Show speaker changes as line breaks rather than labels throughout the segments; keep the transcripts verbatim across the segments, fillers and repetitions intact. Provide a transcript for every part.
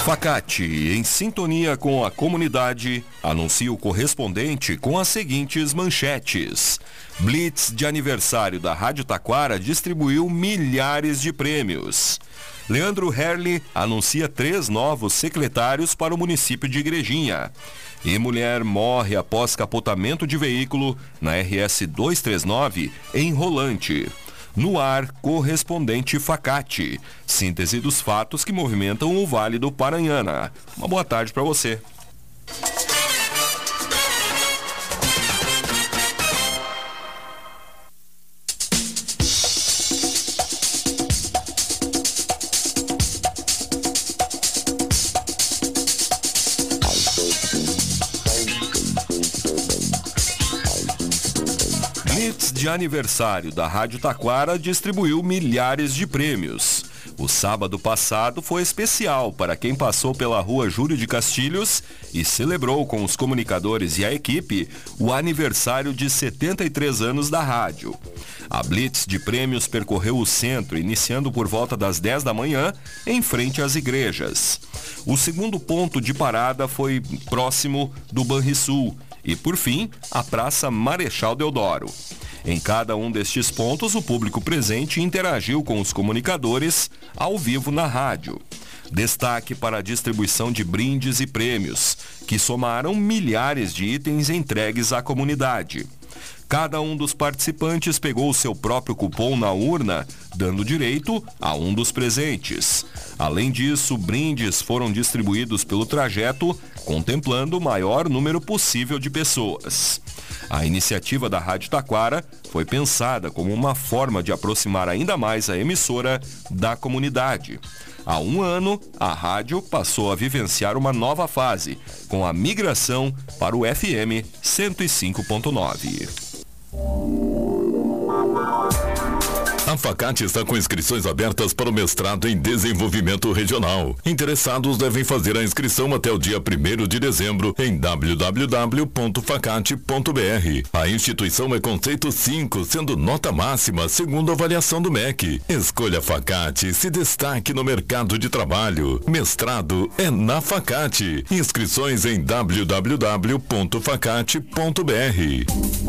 Facate, em sintonia com a comunidade, anuncia o correspondente com as seguintes manchetes. Blitz de aniversário da Rádio Taquara distribuiu milhares de prêmios. Leandro Herli anuncia três novos secretários para o município de Igrejinha. E mulher morre após capotamento de veículo na R S duzentos e trinta e nove em Rolante. No ar, correspondente Facate. Síntese dos fatos que movimentam o Vale do Paranhana. Uma boa tarde para você. Blitz de aniversário da Rádio Taquara distribuiu milhares de prêmios. O sábado passado foi especial para quem passou pela rua Júlio de Castilhos e celebrou com os comunicadores e a equipe o aniversário de setenta e três anos da rádio. A Blitz de prêmios percorreu o centro, iniciando por volta das dez da manhã, em frente às igrejas. O segundo ponto de parada foi próximo do Banrisul e, por fim, a Praça Marechal Deodoro. Em cada um destes pontos, o público presente interagiu com os comunicadores ao vivo na rádio. Destaque para a distribuição de brindes e prêmios, que somaram milhares de itens entregues à comunidade. Cada um dos participantes pegou o seu próprio cupom na urna, dando direito a um dos presentes. Além disso, brindes foram distribuídos pelo trajeto, contemplando o maior número possível de pessoas. A iniciativa da Rádio Taquara foi pensada como uma forma de aproximar ainda mais a emissora da comunidade. Há um ano, a rádio passou a vivenciar uma nova fase, com a migração para o F M cento e cinco ponto nove.
A Facate está com inscrições abertas para o mestrado em desenvolvimento regional. Interessados devem fazer a inscrição até o dia primeiro de dezembro em w w w ponto facate ponto b r. A instituição é conceito cinco, sendo nota máxima segundo a avaliação do M E C. Escolha Facate e se destaque no mercado de trabalho. Mestrado é na Facate. Inscrições em w w w ponto facate ponto b r.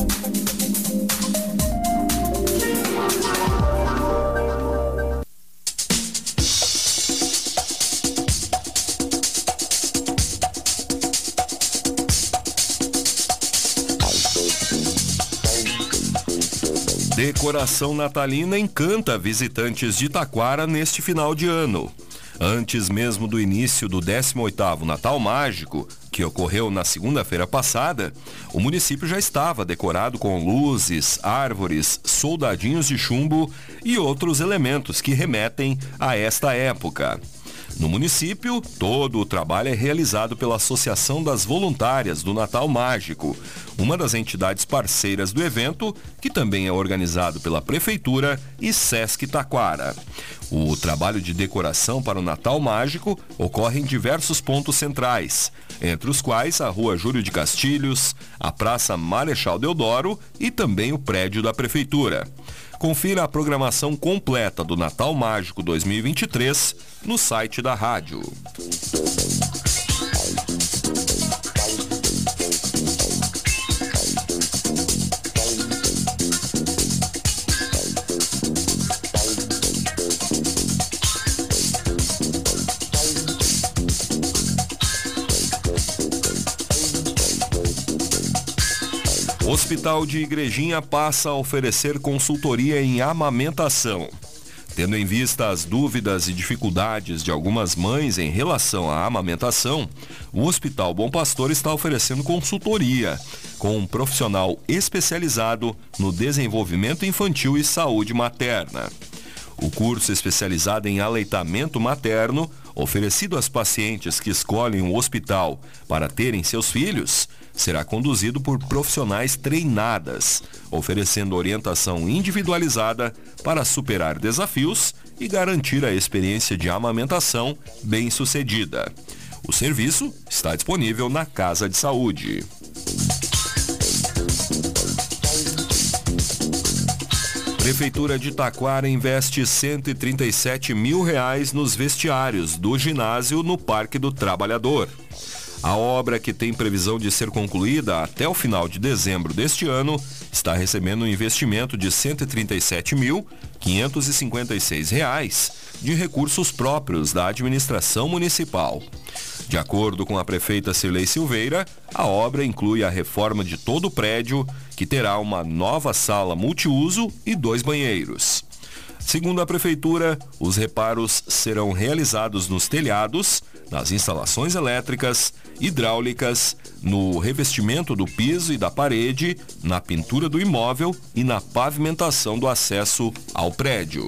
Decoração natalina encanta visitantes de Taquara neste final de ano. Antes mesmo do início do décimo oitavo Natal Mágico, que ocorreu na segunda-feira passada, o município já estava decorado com luzes, árvores, soldadinhos de chumbo e outros elementos que remetem a esta época. No município, todo o trabalho é realizado pela Associação das Voluntárias do Natal Mágico, uma das entidades parceiras do evento, que também é organizado pela Prefeitura e Sesc Taquara. O trabalho de decoração para o Natal Mágico ocorre em diversos pontos centrais, entre os quais a Rua Júlio de Castilhos, a Praça Marechal Deodoro e também o prédio da Prefeitura. Confira a programação completa do Natal Mágico dois mil e vinte e três no site da rádio. O Hospital de Igrejinha passa a oferecer consultoria em amamentação. Tendo em vista as dúvidas e dificuldades de algumas mães em relação à amamentação, o Hospital Bom Pastor está oferecendo consultoria com um profissional especializado no desenvolvimento infantil e saúde materna. O curso especializado em aleitamento materno, oferecido às pacientes que escolhem o hospital para terem seus filhos, será conduzido por profissionais treinadas, oferecendo orientação individualizada para superar desafios e garantir a experiência de amamentação bem-sucedida. O serviço está disponível na Casa de Saúde. Prefeitura de Taquara investe cento e trinta e sete mil reais nos vestiários do ginásio no Parque do Trabalhador. A obra, que tem previsão de ser concluída até o final de dezembro deste ano, está recebendo um investimento de cento e trinta e sete mil quinhentos e cinquenta e seis reais de recursos próprios da administração municipal. De acordo com a prefeita Cirlei Silveira, a obra inclui a reforma de todo o prédio, que terá uma nova sala multiuso e dois banheiros. Segundo a prefeitura, os reparos serão realizados nos telhados, nas instalações elétricas, hidráulicas, no revestimento do piso e da parede, na pintura do imóvel e na pavimentação do acesso ao prédio.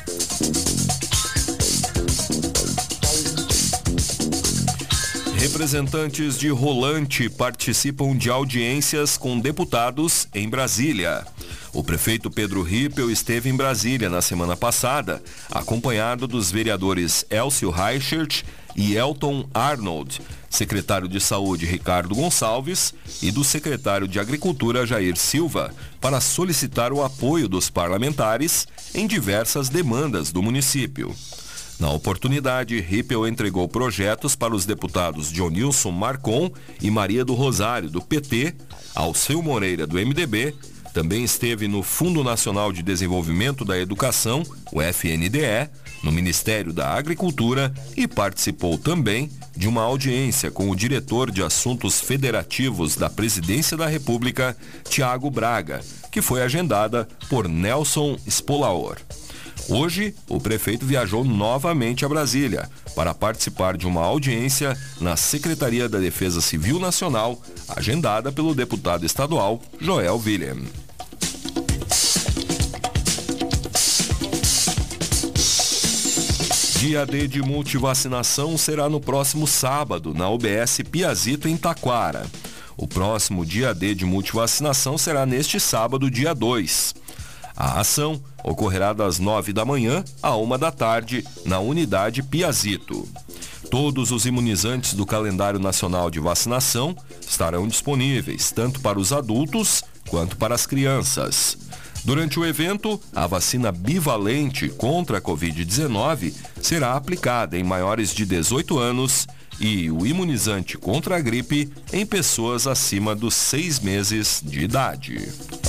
Representantes de Rolante participam de audiências com deputados em Brasília. O prefeito Pedro Rippel esteve em Brasília na semana passada, acompanhado dos vereadores Elcio Reichert e Elton Arnold, secretário de Saúde Ricardo Gonçalves e do secretário de Agricultura Jair Silva, para solicitar o apoio dos parlamentares em diversas demandas do município. Na oportunidade, Rippel entregou projetos para os deputados Dionilson Marcon e Maria do Rosário, do P T, Alceu Moreira, do M D B. Também esteve no Fundo Nacional de Desenvolvimento da Educação, o F N D E, no Ministério da Agricultura e participou também de uma audiência com o diretor de Assuntos Federativos da Presidência da República, Tiago Braga, que foi agendada por Nelson Spolaor. Hoje, o prefeito viajou novamente a Brasília para participar de uma audiência na Secretaria da Defesa Civil Nacional, agendada pelo deputado estadual Joel William. Dia D de multivacinação será no próximo sábado, na U B S Piazito, em Taquara. O próximo dia D de multivacinação será neste sábado, dia dois. A ação ocorrerá das nove da manhã à uma da tarde na unidade Piazito. Todos os imunizantes do calendário nacional de vacinação estarão disponíveis, tanto para os adultos quanto para as crianças. Durante o evento, a vacina bivalente contra a covid dezenove será aplicada em maiores de dezoito anos e o imunizante contra a gripe em pessoas acima dos seis meses de idade.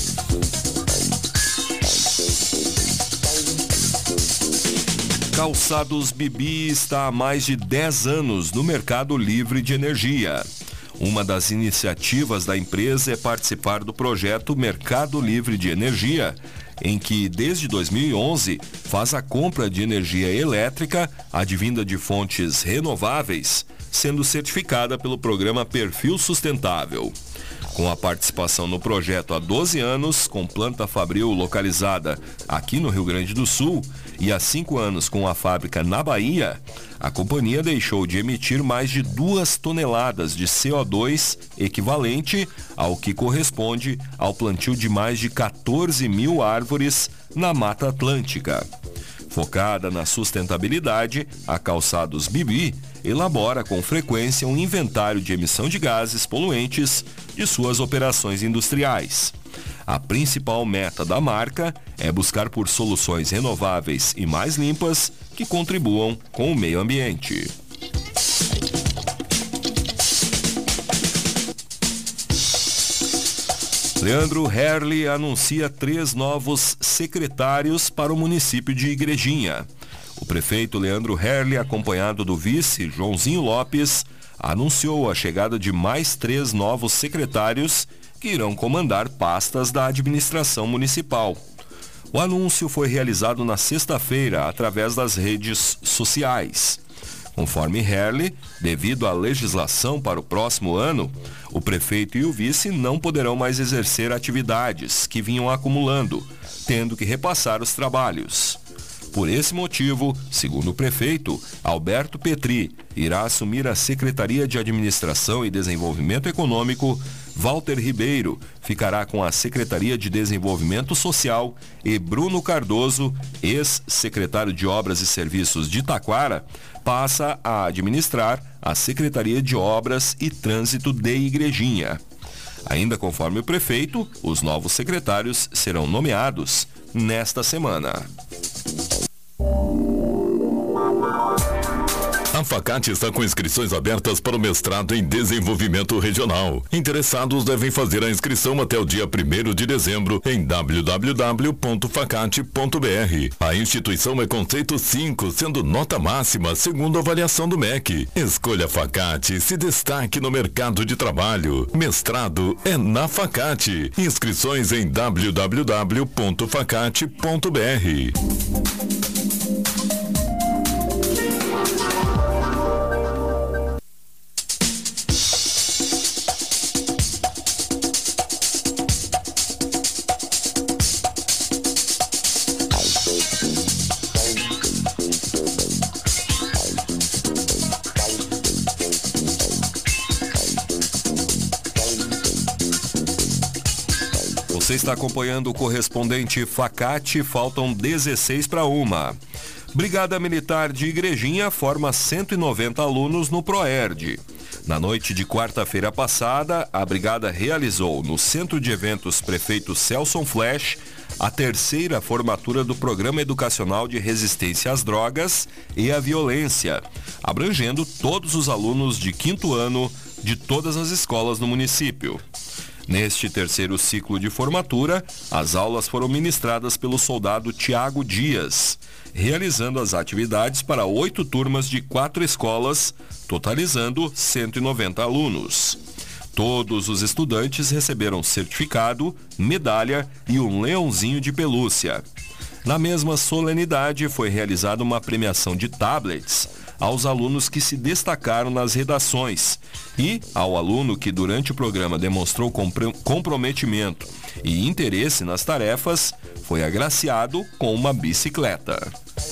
Calçados Bibi está há mais de dez anos no mercado livre de energia. Uma das iniciativas da empresa é participar do projeto Mercado Livre de Energia, em que desde dois mil e onze faz a compra de energia elétrica advinda de fontes renováveis, sendo certificada pelo programa Perfil Sustentável. Com a participação no projeto há doze anos, com planta fabril localizada aqui no Rio Grande do Sul, e há cinco anos com a fábrica na Bahia, a companhia deixou de emitir mais de duas toneladas de C O dois, equivalente ao que corresponde ao plantio de mais de quatorze mil árvores na Mata Atlântica. Focada na sustentabilidade, a Calçados Bibi elabora com frequência um inventário de emissão de gases poluentes de suas operações industriais. A principal meta da marca é buscar por soluções renováveis e mais limpas que contribuam com o meio ambiente. Leandro Herli anuncia três novos secretários para o município de Igrejinha. O prefeito Leandro Herli, acompanhado do vice Joãozinho Lopes, anunciou a chegada de mais três novos secretários que irão comandar pastas da administração municipal. O anúncio foi realizado na sexta-feira através das redes sociais. Conforme Herli, devido à legislação para o próximo ano, o prefeito e o vice não poderão mais exercer atividades que vinham acumulando, tendo que repassar os trabalhos. Por esse motivo, segundo o prefeito, Alberto Petri irá assumir a Secretaria de Administração e Desenvolvimento Econômico, Walter Ribeiro ficará com a Secretaria de Desenvolvimento Social e Bruno Cardoso, ex-secretário de Obras e Serviços de Taquara, passa a administrar a Secretaria de Obras e Trânsito de Igrejinha. Ainda conforme o prefeito, os novos secretários serão nomeados nesta semana.
A Facate está com inscrições abertas para o mestrado em desenvolvimento regional. Interessados devem fazer a inscrição até o dia primeiro de dezembro em w w w ponto facate ponto b r. A instituição é conceito cinco, sendo nota máxima segundo a avaliação do M E C. Escolha Facate, se destaque no mercado de trabalho. Mestrado é na Facate. Inscrições em w w w ponto facate ponto b r.
Você está acompanhando o correspondente Facate, faltam dezesseis para uma. Brigada Militar de Igrejinha forma cento e noventa alunos no ProERD. Na noite de quarta-feira passada, a Brigada realizou no Centro de Eventos Prefeito Celson Flash a terceira formatura do Programa Educacional de Resistência às Drogas e à Violência, abrangendo todos os alunos de quinto ano de todas as escolas no município. Neste terceiro ciclo de formatura, as aulas foram ministradas pelo soldado Tiago Dias, realizando as atividades para oito turmas de quatro escolas, totalizando cento e noventa alunos. Todos os estudantes receberam certificado, medalha e um leãozinho de pelúcia. Na mesma solenidade, foi realizada uma premiação de tablets aos alunos que se destacaram nas redações e ao aluno que durante o programa demonstrou comprometimento e interesse nas tarefas, foi agraciado com uma bicicleta.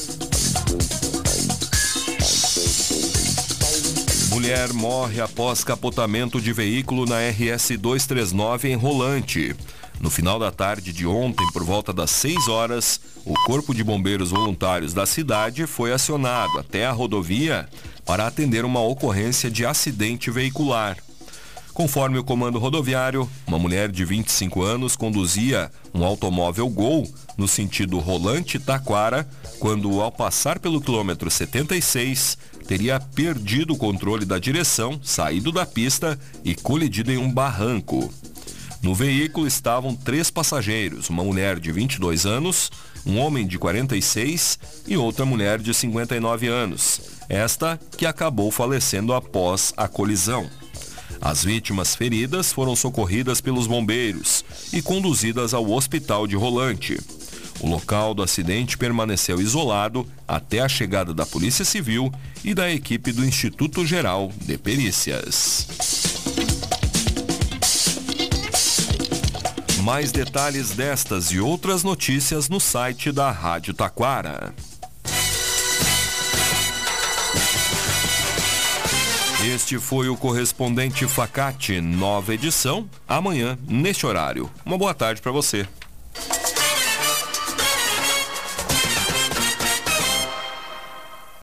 Mulher morre após capotamento de veículo na R S duzentos e trinta e nove em Rolante. No final da tarde de ontem, por volta das seis horas, o Corpo de Bombeiros Voluntários da cidade foi acionado até a rodovia para atender uma ocorrência de acidente veicular. Conforme o comando rodoviário, uma mulher de vinte e cinco anos conduzia um automóvel Gol no sentido Rolante-Taquara, quando, ao passar pelo quilômetro setenta e seis, teria perdido o controle da direção, saído da pista e colidido em um barranco. No veículo estavam três passageiros, uma mulher de vinte e dois anos, um homem de quarenta e seis e outra mulher de cinquenta e nove anos, esta que acabou falecendo após a colisão. As vítimas feridas foram socorridas pelos bombeiros e conduzidas ao hospital de Rolante. O local do acidente permaneceu isolado até a chegada da Polícia Civil e da equipe do Instituto Geral de Perícias. Mais detalhes destas e outras notícias no site da Rádio Taquara. Este foi o correspondente Facate, nova edição, amanhã, neste horário. Uma boa tarde para você.